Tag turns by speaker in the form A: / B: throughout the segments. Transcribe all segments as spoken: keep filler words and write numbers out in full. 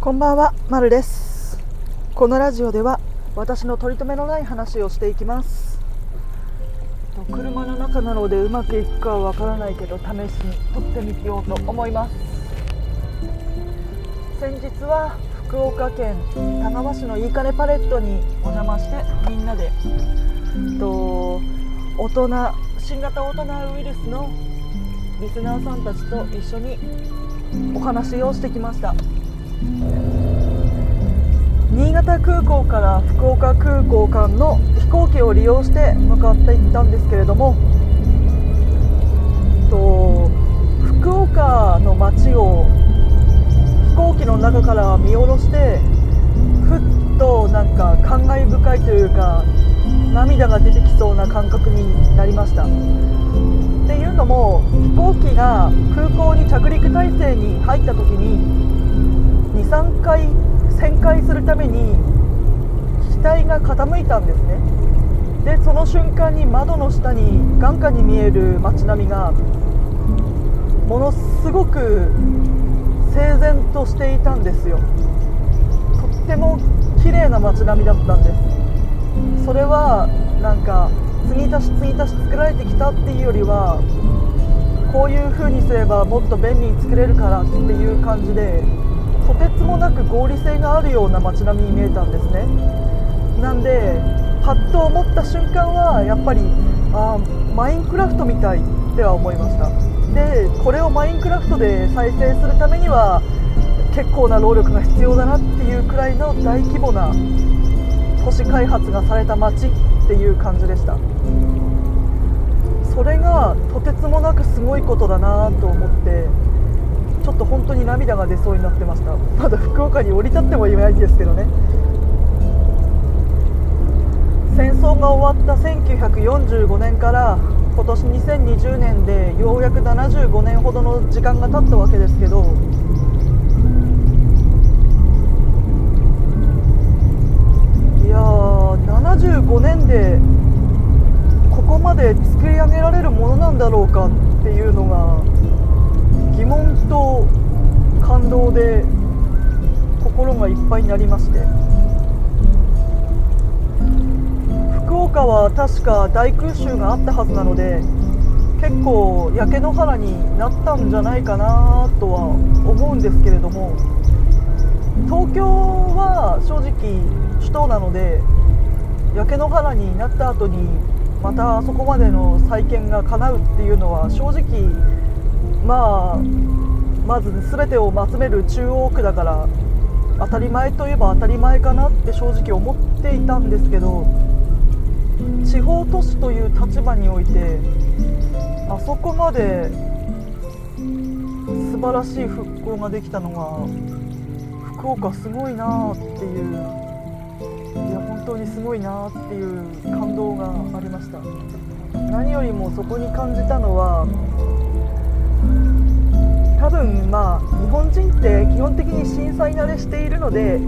A: こんばんは、まるです。このラジオでは私の取り留めのない話をしていきます。車の中なのでうまくいくかはわからないけど、試しに撮ってみようと思います。先日は福岡県田川市のいいかねパレットにお邪魔して、みんなでと大人新型大人ウイルスのリスナーさんたちと一緒にお話をしてきました。新潟空港から福岡空港間の飛行機を利用して向かっていったんですけれども、と福岡の街を飛行機の中から見下ろして、ふっとなんか感慨深いというか、涙が出てきそうな感覚になりました。っていうのも、飛行機が空港に着陸態勢に入った時ににさんかい旋回するために機体が傾いたんですね。でその瞬間に窓の下に眼下に見える街並みがものすごく整然としていたんですよ。とっても綺麗な街並みだったんです。それはなんか継ぎ足し継ぎ足し作られてきたっていうよりは、こういう風にすればもっと便利に作れるからっていう感じで、とてつもなく合理性があるような街並みに見えたんですね。なんでパッと思った瞬間はやっぱりあマインクラフトみたいっては思いました。でこれをマインクラフトで再生するためには結構な労力が必要だなっていうくらいの大規模な都市開発がされた街っていう感じでした。それがとてつもなくすごいことだなと思って、ちょっと本当に涙が出そうになってました。まだ福岡に降り立ってもいないんですけどね。戦争が終わったせんきゅうひゃくよんじゅうごねんから今年にせんにじゅうねんでようやくななじゅうごねんほどの時間が経ったわけですけど、いやーななじゅうごねんでここまで作り上げられるものなんだろうかっていうのが疑問と感動で心がいっぱいになりまして、福岡は確か大空襲があったはずなので、結構焼け野原になったんじゃないかなとは思うんですけれども、東京は正直首都なので、焼け野原になった後にまたそこまでの再建が叶うっていうのは正直まあまず全てを集める中央区だから当たり前といえば当たり前かなって正直思っていたんですけど、地方都市という立場においてあそこまで素晴らしい復興ができたのが福岡すごいなっていう、いや本当にすごいなっていう感動がありました。何よりもそこに感じたのは、多分まあ日本人って基本的に震災慣れしているので、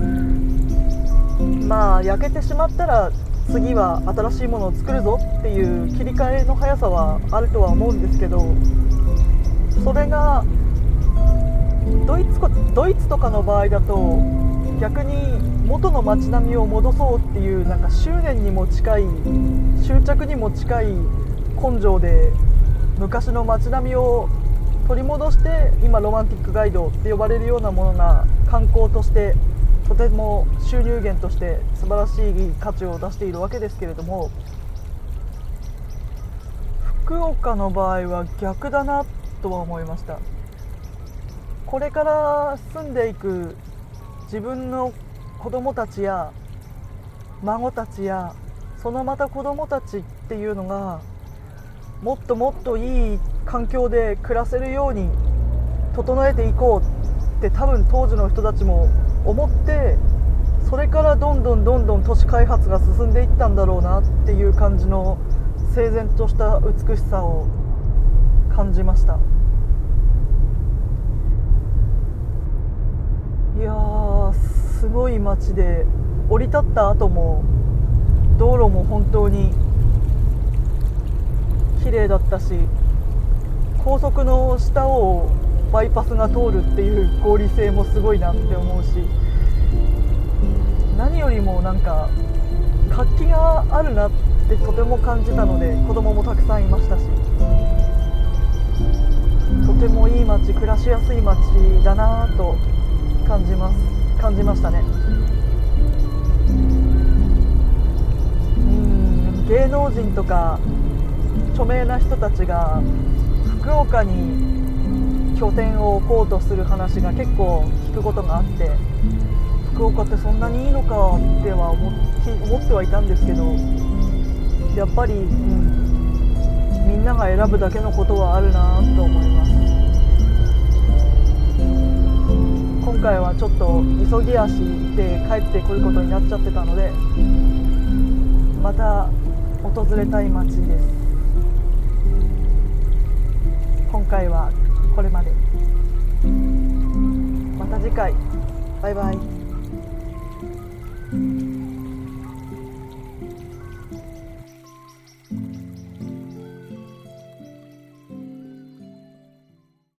A: まあ焼けてしまったら次は新しいものを作るぞっていう切り替えの速さはあるとは思うんですけど、それがドイツこドイツとかの場合だと逆に元の街並みを戻そうっていうなんか執念にも近い執着にも近い根性で昔の街並みを取り戻して、今ロマンティックガイドって呼ばれるようなものが観光としてとても収入源として素晴らしい価値を出しているわけですけれども、福岡の場合は逆だなとは思いました。これから住んでいく自分の子供たちや孫たちやそのまた子供たちっていうのがもっともっといい環境で暮らせるように整えていこうって多分当時の人たちも思って、それからどんどんどんどん都市開発が進んでいったんだろうなっていう感じの整然とした美しさを感じました。いやーすごい街で、降り立った後も道路も本当に綺麗だったし、高速の下をバイパスが通るっていう合理性もすごいなって思うし、何よりもなんか活気があるなってとても感じたので、子供もたくさんいましたし、とてもいい街、暮らしやすい街だなと感じます感じましたね。うん芸能人とか著名な人たちが福岡に拠点を置こうとする話が結構聞くことがあって、福岡ってそんなにいいのかっては思ってはいたんですけど、やっぱり、うん、みんなが選ぶだけのことはあるなと思います。今回はちょっと急ぎ足で帰ってくることになっちゃってたので、また訪れたい街です。今回はこれまで。また次回。バイバイ。